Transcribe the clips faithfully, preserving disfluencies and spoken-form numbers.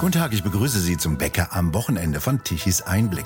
Guten Tag, ich begrüße Sie zum Bäcker am Wochenende von Tichys Einblick.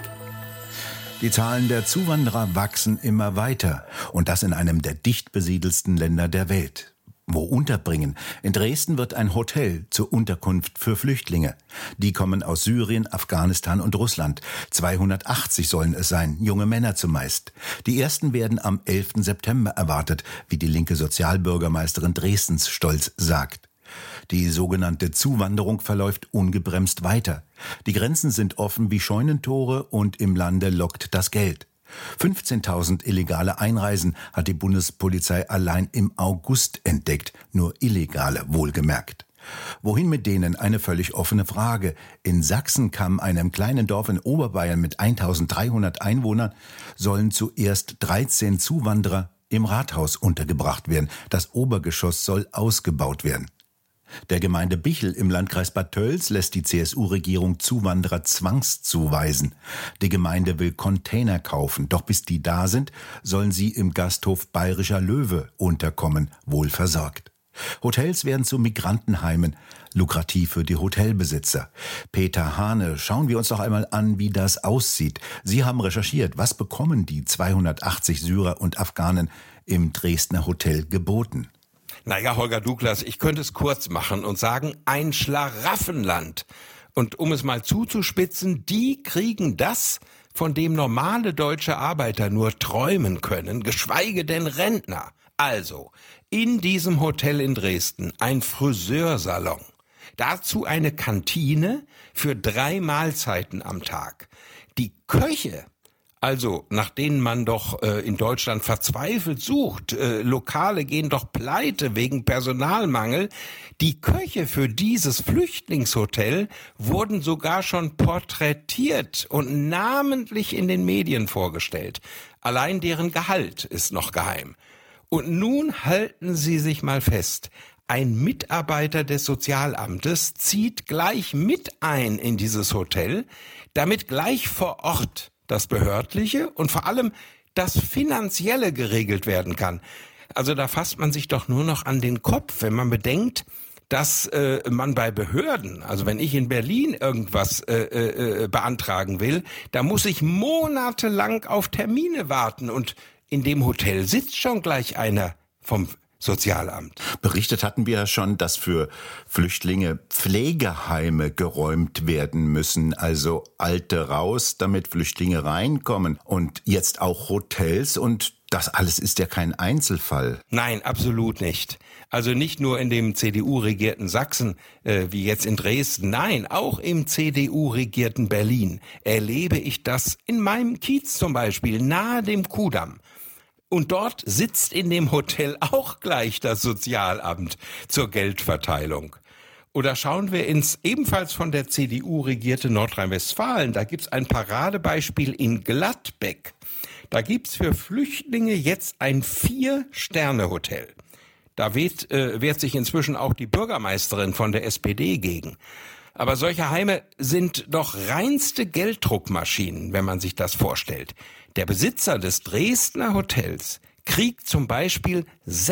Die Zahlen der Zuwanderer wachsen immer weiter und das in einem der dicht besiedelsten Länder der Welt. Wo unterbringen? In Dresden wird ein Hotel zur Unterkunft für Flüchtlinge. Die kommen aus Syrien, Afghanistan und Russland. zweihundertachtzig sollen es sein, junge Männer zumeist. Die ersten werden am elften September erwartet, wie die linke Sozialbürgermeisterin Dresdens stolz sagt. Die sogenannte Zuwanderung verläuft ungebremst weiter. Die Grenzen sind offen wie Scheunentore und im Lande lockt das Geld. fünfzehntausend illegale Einreisen hat die Bundespolizei allein im August entdeckt, nur illegale wohlgemerkt. Wohin mit denen? Eine völlig offene Frage. In Sachsenkamm, einem kleinen Dorf in Oberbayern mit eintausenddreihundert Einwohnern, sollen zuerst dreizehn Zuwanderer im Rathaus untergebracht werden. Das Obergeschoss soll ausgebaut werden. Der Gemeinde Bichl im Landkreis Bad Tölz lässt die C S U-Regierung Zuwanderer zwangszuweisen. Die Gemeinde will Container kaufen, doch bis die da sind, sollen sie im Gasthof Bayerischer Löwe unterkommen, wohl versorgt. Hotels werden zu Migrantenheimen, lukrativ für die Hotelbesitzer. Peter Hane, schauen wir uns doch einmal an, wie das aussieht. Sie haben recherchiert, was bekommen die zweihundertachtzig Syrer und Afghanen im Dresdner Hotel geboten? Naja, Holger Douglas, ich könnte es kurz machen und sagen, ein Schlaraffenland. Und um es mal zuzuspitzen, die kriegen das, von dem normale deutsche Arbeiter nur träumen können, geschweige denn Rentner. Also, in diesem Hotel in Dresden ein Friseursalon. Dazu eine Kantine für drei Mahlzeiten am Tag. Die Köche, also nach denen man doch äh, in Deutschland verzweifelt sucht, äh, Lokale gehen doch pleite wegen Personalmangel. Die Köche für dieses Flüchtlingshotel wurden sogar schon porträtiert und namentlich in den Medien vorgestellt. Allein deren Gehalt ist noch geheim. Und nun halten Sie sich mal fest. Ein Mitarbeiter des Sozialamtes zieht gleich mit ein in dieses Hotel, damit gleich vor Ort das Behördliche und vor allem das Finanzielle geregelt werden kann. Also da fasst man sich doch nur noch an den Kopf, wenn man bedenkt, dass äh, man bei Behörden, also wenn ich in Berlin irgendwas äh, äh, beantragen will, da muss ich monatelang auf Termine warten und in dem Hotel sitzt schon gleich einer vom Sozialamt. Berichtet hatten wir ja schon, dass für Flüchtlinge Pflegeheime geräumt werden müssen, also Alte raus, damit Flüchtlinge reinkommen und jetzt auch Hotels und das alles ist ja kein Einzelfall. Nein, absolut nicht. Also nicht nur in dem C D U-regierten Sachsen, äh, wie jetzt in Dresden, nein, auch im C D U-regierten Berlin erlebe ich das in meinem Kiez zum Beispiel, nahe dem Kudamm. Und dort sitzt in dem Hotel auch gleich das Sozialamt zur Geldverteilung. Oder schauen wir ins ebenfalls von der C D U regierte Nordrhein-Westfalen. Da gibt's ein Paradebeispiel in Gladbeck. Da gibt's für Flüchtlinge jetzt ein Vier-Sterne-Hotel. Da wehrt, äh, wehrt sich inzwischen auch die Bürgermeisterin von der S P D gegen. Aber solche Heime sind doch reinste Gelddruckmaschinen, wenn man sich das vorstellt. Der Besitzer des Dresdner Hotels kriegt zum Beispiel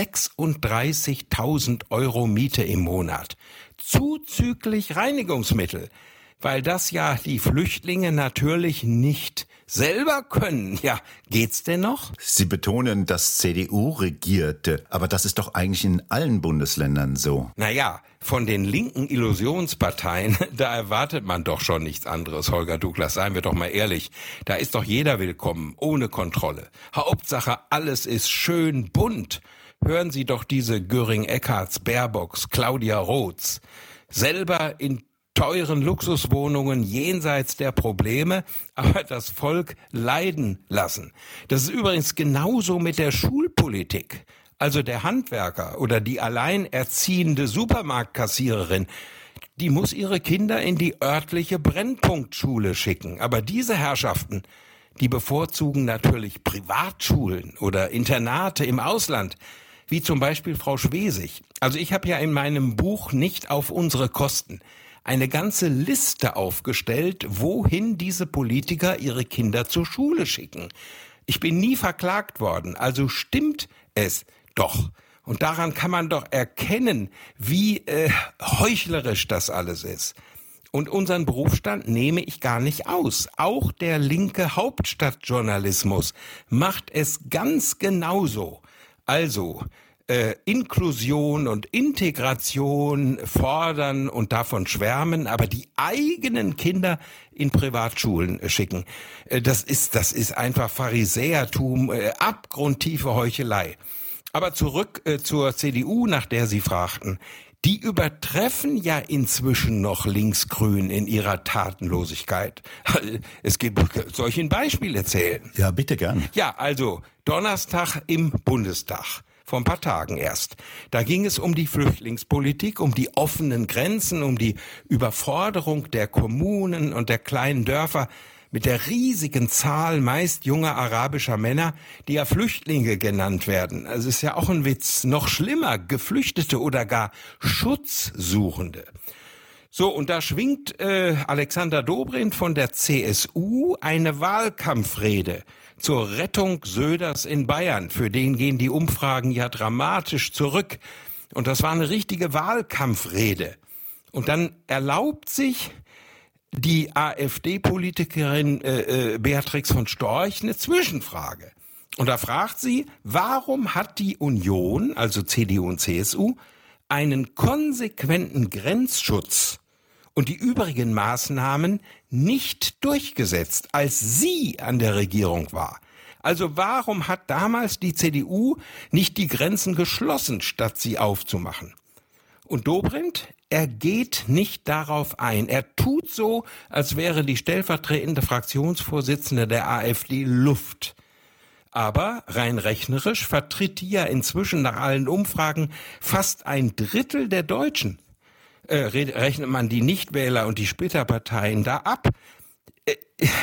sechsunddreißigtausend Euro Miete im Monat, zuzüglich Reinigungsmittel, weil das ja die Flüchtlinge natürlich nicht selber können. Ja, geht's denn noch? Sie betonen, dass C D U regierte, aber das ist doch eigentlich in allen Bundesländern so. Naja, von den linken Illusionsparteien, da erwartet man doch schon nichts anderes, Holger Douglas, seien wir doch mal ehrlich. Da ist doch jeder willkommen, ohne Kontrolle. Hauptsache, alles ist schön bunt. Hören Sie doch diese Göring-Eckarts, Baerbocks, Claudia Roths. Selber in teuren Luxuswohnungen jenseits der Probleme, aber das Volk leiden lassen. Das ist übrigens genauso mit der Schulpolitik. Also der Handwerker oder die alleinerziehende Supermarktkassiererin, die muss ihre Kinder in die örtliche Brennpunktschule schicken. Aber diese Herrschaften, die bevorzugen natürlich Privatschulen oder Internate im Ausland, wie zum Beispiel Frau Schwesig. Also ich habe ja in meinem Buch Nicht auf unsere Kosten eine ganze Liste aufgestellt, wohin diese Politiker ihre Kinder zur Schule schicken. Ich bin nie verklagt worden, also stimmt es doch. Und daran kann man doch erkennen, wie äh, heuchlerisch das alles ist. Und unseren Berufsstand nehme ich gar nicht aus. Auch der linke Hauptstadtjournalismus macht es ganz genauso. Also äh, Inklusion und Integration fordern und davon schwärmen, aber die eigenen Kinder in Privatschulen schicken. Äh, das ist, das ist einfach Pharisäertum, äh, abgrundtiefe Heuchelei. Aber zurück äh, zur C D U, nach der Sie fragten. Die übertreffen ja inzwischen noch Linksgrün in ihrer Tatenlosigkeit. Es gibt, soll ich ein Beispiel erzählen? Ja, bitte gern. Ja, also Donnerstag im Bundestag. Vor ein paar Tagen erst. Da ging es um die Flüchtlingspolitik, um die offenen Grenzen, um die Überforderung der Kommunen und der kleinen Dörfer mit der riesigen Zahl meist junger arabischer Männer, die ja Flüchtlinge genannt werden. Also ist ja auch ein Witz. Noch schlimmer, Geflüchtete oder gar Schutzsuchende. So, und da schwingt äh, Alexander Dobrindt von der C S U eine Wahlkampfrede zur Rettung Söders in Bayern. Für den gehen die Umfragen ja dramatisch zurück. Und das war eine richtige Wahlkampfrede. Und dann erlaubt sich die AfD-Politikerin äh, äh, Beatrix von Storch eine Zwischenfrage. Und da fragt sie, warum hat die Union, also C D U und C S U, einen konsequenten Grenzschutz und die übrigen Maßnahmen nicht durchgesetzt, als sie an der Regierung war? Also warum hat damals die C D U nicht die Grenzen geschlossen, statt sie aufzumachen? Und Dobrindt, er geht nicht darauf ein. Er tut so, als wäre die stellvertretende Fraktionsvorsitzende der AfD Luft. Aber rein rechnerisch vertritt die ja inzwischen nach allen Umfragen fast ein Drittel der Deutschen. Äh, rechnet man die Nichtwähler und die Splitterparteien da ab? Äh,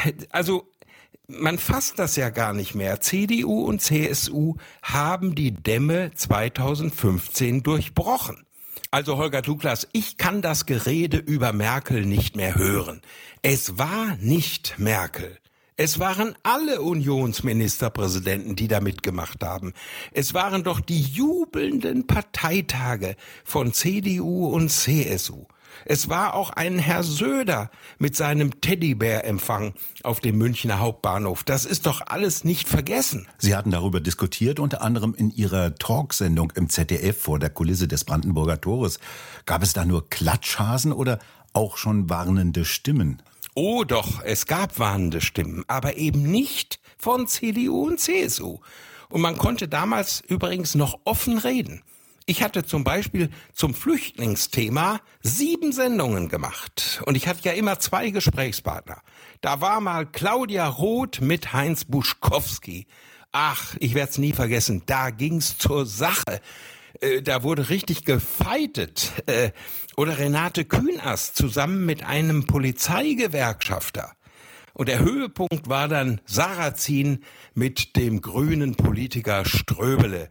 also man fasst das ja gar nicht mehr. C D U und C S U haben die Dämme zweitausendfünfzehn durchbrochen. Also Holger Douglas, ich kann das Gerede über Merkel nicht mehr hören. Es war nicht Merkel. Es waren alle Unionsministerpräsidenten, die da mitgemacht haben. Es waren doch die jubelnden Parteitage von C D U und C S U. Es war auch ein Herr Söder mit seinem Teddybär-Empfang auf dem Münchner Hauptbahnhof. Das ist doch alles nicht vergessen. Sie hatten darüber diskutiert, unter anderem in Ihrer Talksendung im Z D F vor der Kulisse des Brandenburger Tores. Gab es da nur Klatschhasen oder auch schon warnende Stimmen? Oh doch, es gab warnende Stimmen, aber eben nicht von C D U und C S U. Und man konnte damals übrigens noch offen reden. Ich hatte zum Beispiel zum Flüchtlingsthema sieben Sendungen gemacht. Und ich hatte ja immer zwei Gesprächspartner. Da war mal Claudia Roth mit Heinz Buschkowski. Ach, ich werde es nie vergessen, da ging's zur Sache. Äh, da wurde richtig gefeitet. Äh, oder Renate Künast zusammen mit einem Polizeigewerkschafter. Und der Höhepunkt war dann Sarrazin mit dem grünen Politiker Ströbele.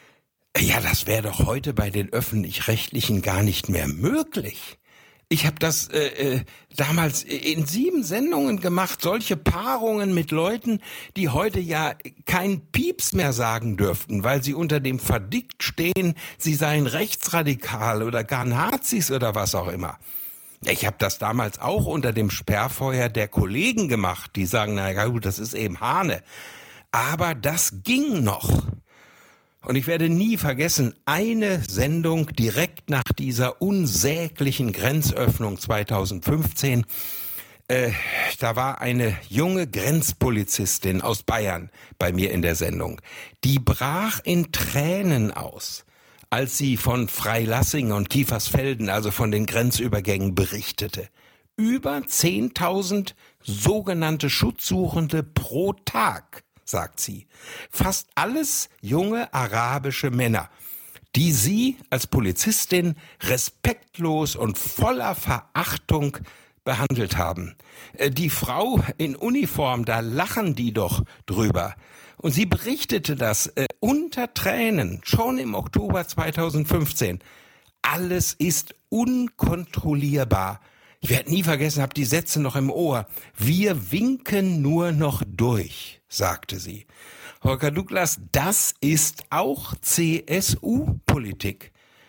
Ja, das wäre doch heute bei den Öffentlich-Rechtlichen gar nicht mehr möglich. Ich habe das äh, äh, damals in sieben Sendungen gemacht, solche Paarungen mit Leuten, die heute ja kein Pieps mehr sagen dürften, weil sie unter dem Verdikt stehen, sie seien rechtsradikal oder gar Nazis oder was auch immer. Ich habe das damals auch unter dem Sperrfeuer der Kollegen gemacht, die sagen, na ja gut, das ist eben Hane. Aber das ging noch. Und ich werde nie vergessen, eine Sendung direkt nach dieser unsäglichen Grenzöffnung zweitausendfünfzehn, äh, da war eine junge Grenzpolizistin aus Bayern bei mir in der Sendung. Die brach in Tränen aus, als sie von Freilassing und Kiefersfelden, also von den Grenzübergängen, berichtete. Über zehntausend sogenannte Schutzsuchende pro Tag, sagt sie. Fast alles junge arabische Männer, die sie als Polizistin respektlos und voller Verachtung behandelt haben. Die Frau in Uniform, da lachen die doch drüber. Und sie berichtete das äh, unter Tränen, schon im Oktober zweitausendfünfzehn. Alles ist unkontrollierbar. Ich werde nie vergessen, habe die Sätze noch im Ohr. Wir winken nur noch durch, sagte sie. Holger Douglas, das ist auch C S U-Politik.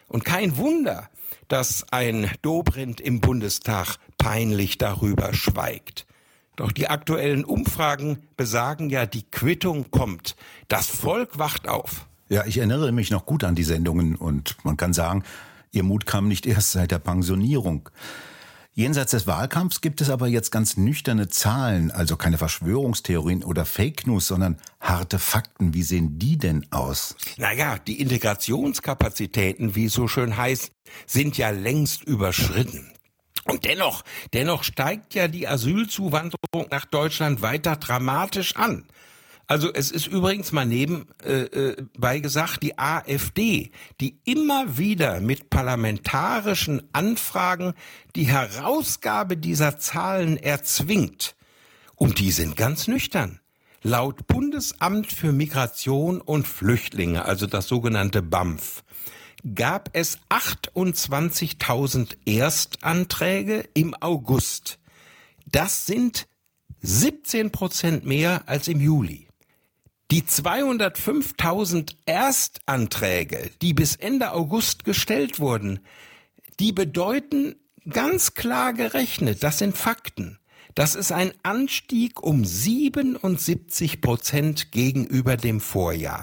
Und kein Wunder, dass ein Dobrindt im Bundestag peinlich darüber schweigt. Doch die aktuellen Umfragen besagen ja, die Quittung kommt. Das Volk wacht auf. Ja, ich erinnere mich noch gut an die Sendungen und man kann sagen, ihr Mut kam nicht erst seit der Pensionierung. Jenseits des Wahlkampfs gibt es aber jetzt ganz nüchterne Zahlen, also keine Verschwörungstheorien oder Fake News, sondern harte Fakten. Wie sehen die denn aus? Naja, die Integrationskapazitäten, wie es so schön heißt, sind ja längst überschritten. Und dennoch, dennoch steigt ja die Asylzuwanderung nach Deutschland weiter dramatisch an. Also es ist übrigens mal nebenbei äh, gesagt, die AfD, die immer wieder mit parlamentarischen Anfragen die Herausgabe dieser Zahlen erzwingt. Und die sind ganz nüchtern. Laut Bundesamt für Migration und Flüchtlinge, also das sogenannte B A M F, gab es achtundzwanzigtausend Erstanträge im August. Das sind siebzehn Prozent mehr als im Juli. Die zweihundertfünftausend Erstanträge, die bis Ende August gestellt wurden, die bedeuten ganz klar gerechnet, das sind Fakten, das ist ein Anstieg um siebenundsiebzig Prozent gegenüber dem Vorjahr.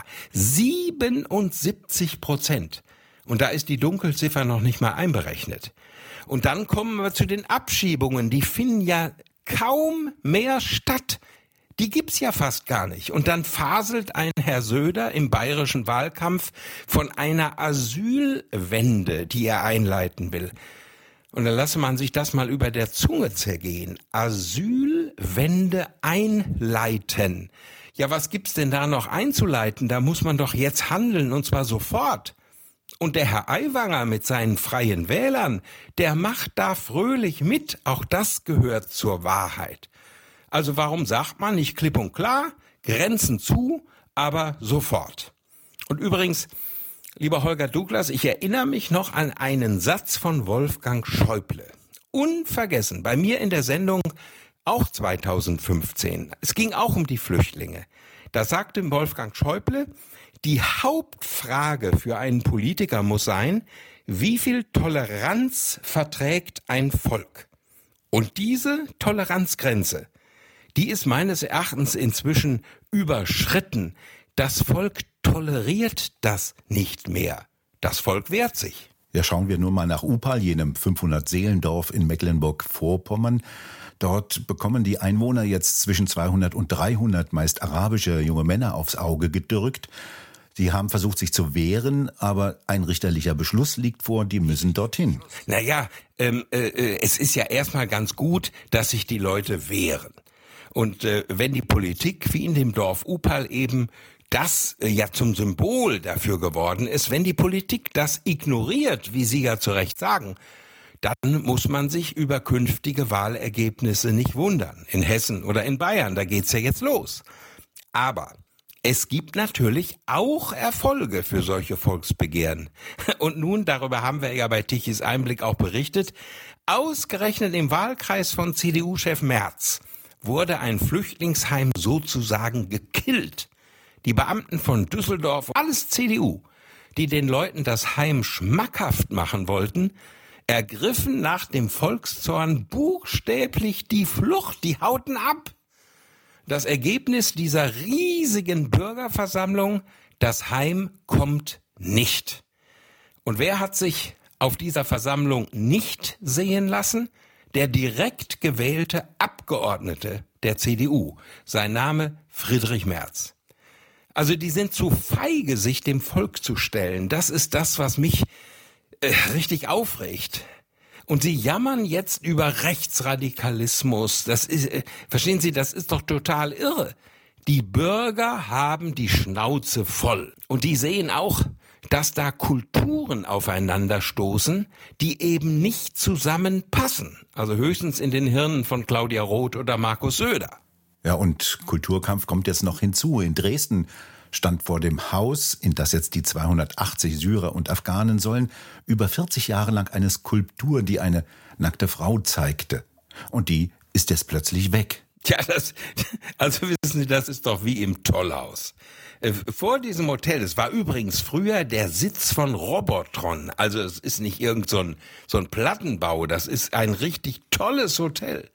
siebenundsiebzig Prozent. Und da ist die Dunkelziffer noch nicht mal einberechnet. Und dann kommen wir zu den Abschiebungen, die finden ja kaum mehr statt. Die gibt's ja fast gar nicht. Und dann faselt ein Herr Söder im bayerischen Wahlkampf von einer Asylwende, die er einleiten will. Und dann lasse man sich das mal über der Zunge zergehen. Asylwende einleiten. Ja, was gibt's denn da noch einzuleiten? Da muss man doch jetzt handeln, und zwar sofort. Und der Herr Aiwanger mit seinen Freien Wählern, der macht da fröhlich mit. Auch das gehört zur Wahrheit. Also warum sagt man nicht klipp und klar, Grenzen zu, aber sofort? Und übrigens, lieber Holger Douglas, ich erinnere mich noch an einen Satz von Wolfgang Schäuble. Unvergessen, bei mir in der Sendung auch zweitausendfünfzehn. Es ging auch um die Flüchtlinge. Da sagte Wolfgang Schäuble, die Hauptfrage für einen Politiker muss sein, wie viel Toleranz verträgt ein Volk? Und diese Toleranzgrenze, die ist meines Erachtens inzwischen überschritten. Das Volk toleriert das nicht mehr. Das Volk wehrt sich. Ja, schauen wir nur mal nach Upal, jenem fünfhundert-Seelendorf in Mecklenburg-Vorpommern. Dort bekommen die Einwohner jetzt zwischen zweihundert und dreihundert meist arabische junge Männer aufs Auge gedrückt. Sie haben versucht, sich zu wehren, aber ein richterlicher Beschluss liegt vor, die müssen dorthin. Naja, ähm, äh, es ist ja erstmal ganz gut, dass sich die Leute wehren. Und äh, wenn die Politik, wie in dem Dorf Upal eben, das äh, ja zum Symbol dafür geworden ist, wenn die Politik das ignoriert, wie Sie ja zu Recht sagen, dann muss man sich über künftige Wahlergebnisse nicht wundern. In Hessen oder in Bayern, da geht's ja jetzt los. Aber es gibt natürlich auch Erfolge für solche Volksbegehren. Und nun, darüber haben wir ja bei Tichys Einblick auch berichtet, ausgerechnet im Wahlkreis von C D U-Chef Merz wurde ein Flüchtlingsheim sozusagen gekillt. Die Beamten von Düsseldorf, alles C D U, die den Leuten das Heim schmackhaft machen wollten, ergriffen nach dem Volkszorn buchstäblich die Flucht, die hauten ab. Das Ergebnis dieser riesigen Bürgerversammlung, das Heim kommt nicht. Und wer hat sich auf dieser Versammlung nicht sehen lassen? Der direkt gewählte Abgeordnete der C D U. Sein Name Friedrich Merz. Also die sind zu feige, sich dem Volk zu stellen. Das ist das, was mich äh, richtig aufregt. Und sie jammern jetzt über Rechtsradikalismus. Das ist, äh, verstehen Sie, das ist doch total irre. Die Bürger haben die Schnauze voll. Und die sehen auch, dass da Kulturen aufeinanderstoßen, die eben nicht zusammenpassen. Also höchstens in den Hirnen von Claudia Roth oder Markus Söder. Ja, und Kulturkampf kommt jetzt noch hinzu. In Dresden stand vor dem Haus, in das jetzt die zweihundertachtzig Syrer und Afghanen sollen, über vierzig Jahre lang eine Skulptur, die eine nackte Frau zeigte. Und die ist jetzt plötzlich weg. Tja, das, also wissen Sie, das ist doch wie im Tollhaus. Vor diesem Hotel, es war übrigens früher der Sitz von Robotron, also es ist nicht irgend so ein, so ein Plattenbau, das ist ein richtig tolles Hotel.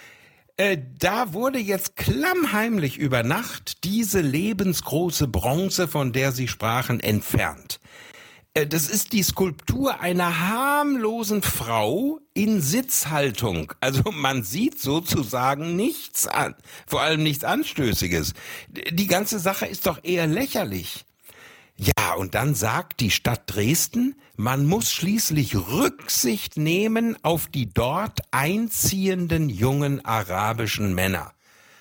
Äh, da wurde jetzt klammheimlich über Nacht diese lebensgroße Bronze, von der Sie sprachen, entfernt. Das ist die Skulptur einer harmlosen Frau in Sitzhaltung. Also man sieht sozusagen nichts an, vor allem nichts Anstößiges. Die ganze Sache ist doch eher lächerlich. Ja, und dann sagt die Stadt Dresden, man muss schließlich Rücksicht nehmen auf die dort einziehenden jungen arabischen Männer.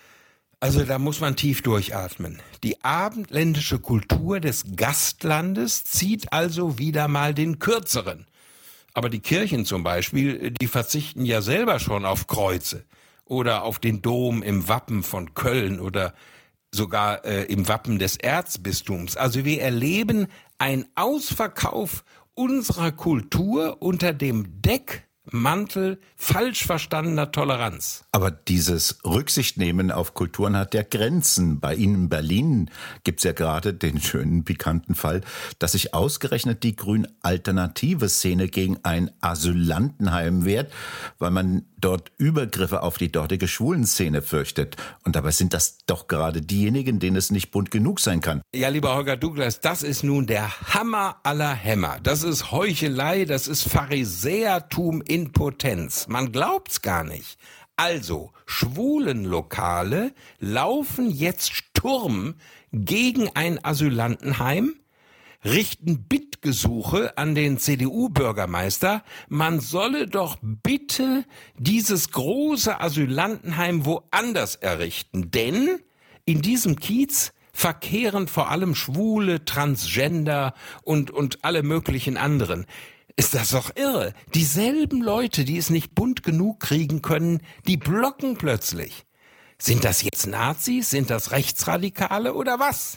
Also da muss man tief durchatmen. Die abendländische Kultur des Gastlandes zieht also wieder mal den Kürzeren. Aber die Kirchen zum Beispiel, die verzichten ja selber schon auf Kreuze oder auf den Dom im Wappen von Köln oder sogar äh, im Wappen des Erzbistums. Also wir erleben einen Ausverkauf unserer Kultur unter dem Deck Mantel falsch verstandener Toleranz. Aber dieses Rücksichtnehmen auf Kulturen hat ja Grenzen. Bei Ihnen in Berlin gibt's ja gerade den schönen, pikanten Fall, dass sich ausgerechnet die grün-alternative Szene gegen ein Asylantenheim wehrt, weil man dort Übergriffe auf die dortige Schwulenszene fürchtet. Und dabei sind das doch gerade diejenigen, denen es nicht bunt genug sein kann. Ja, lieber Holger Douglas, das ist nun der Hammer aller Hämmer. Das ist Heuchelei, das ist Pharisäertum in Potenz. Man glaubt's gar nicht. Also, Schwulenlokale laufen jetzt Sturm gegen ein Asylantenheim, richten Bittgesuche an den C D U-Bürgermeister, man solle doch bitte dieses große Asylantenheim woanders errichten, denn in diesem Kiez verkehren vor allem Schwule, Transgender und, und alle möglichen anderen. Ist das doch irre? Dieselben Leute, die es nicht bunt genug kriegen können, die blocken plötzlich. Sind das jetzt Nazis? Sind das Rechtsradikale oder was?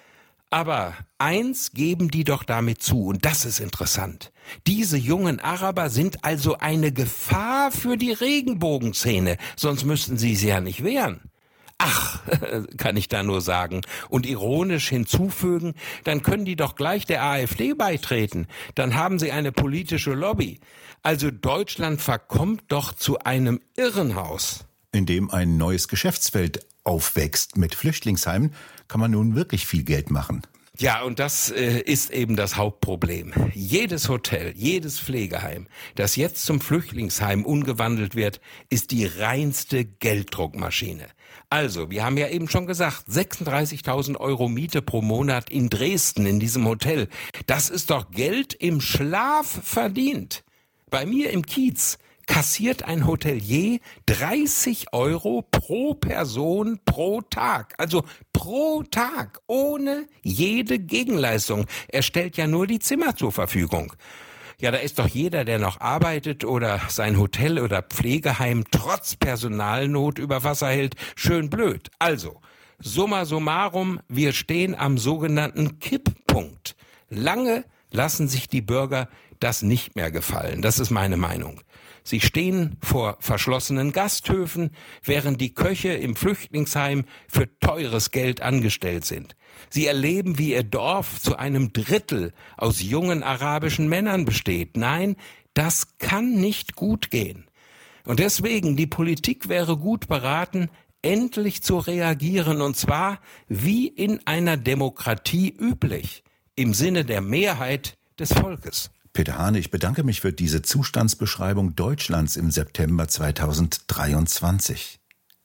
Aber eins geben die doch damit zu, und das ist interessant. Diese jungen Araber sind also eine Gefahr für die Regenbogenszene, sonst müssten sie sie ja nicht wehren. Ach, kann ich da nur sagen. Und ironisch hinzufügen, dann können die doch gleich der AfD beitreten. Dann haben sie eine politische Lobby. Also Deutschland verkommt doch zu einem Irrenhaus. In dem ein neues Geschäftsfeld aufwächst. Mit Flüchtlingsheimen kann man nun wirklich viel Geld machen. Ja, und das äh, ist eben das Hauptproblem. Jedes Hotel, jedes Pflegeheim, das jetzt zum Flüchtlingsheim umgewandelt wird, ist die reinste Gelddruckmaschine. Also, wir haben ja eben schon gesagt, sechsunddreißigtausend Euro Miete pro Monat in Dresden in diesem Hotel. Das ist doch Geld im Schlaf verdient. Bei mir im Kiez kassiert ein Hotelier dreißig Euro pro Person pro Tag. Also pro Tag, ohne jede Gegenleistung. Er stellt ja nur die Zimmer zur Verfügung. Ja, da ist doch jeder, der noch arbeitet oder sein Hotel oder Pflegeheim trotz Personalnot über Wasser hält, schön blöd. Also, summa summarum, wir stehen am sogenannten Kipppunkt. Lange lassen sich die Bürger das nicht mehr gefallen. Das ist meine Meinung. Sie stehen vor verschlossenen Gasthöfen, während die Köche im Flüchtlingsheim für teures Geld angestellt sind. Sie erleben, wie ihr Dorf zu einem Drittel aus jungen arabischen Männern besteht. Nein, das kann nicht gut gehen. Und deswegen, die Politik wäre gut beraten, endlich zu reagieren, und zwar wie in einer Demokratie üblich, im Sinne der Mehrheit des Volkes. Peter Hane, ich bedanke mich für diese Zustandsbeschreibung Deutschlands im September zweitausenddreiundzwanzig.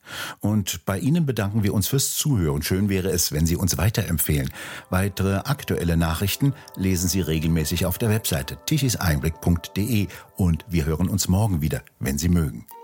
Und bei Ihnen bedanken wir uns fürs Zuhören. Schön wäre es, wenn Sie uns weiterempfehlen. Weitere aktuelle Nachrichten lesen Sie regelmäßig auf der Webseite tichiseinblick punkt de und wir hören uns morgen wieder, wenn Sie mögen.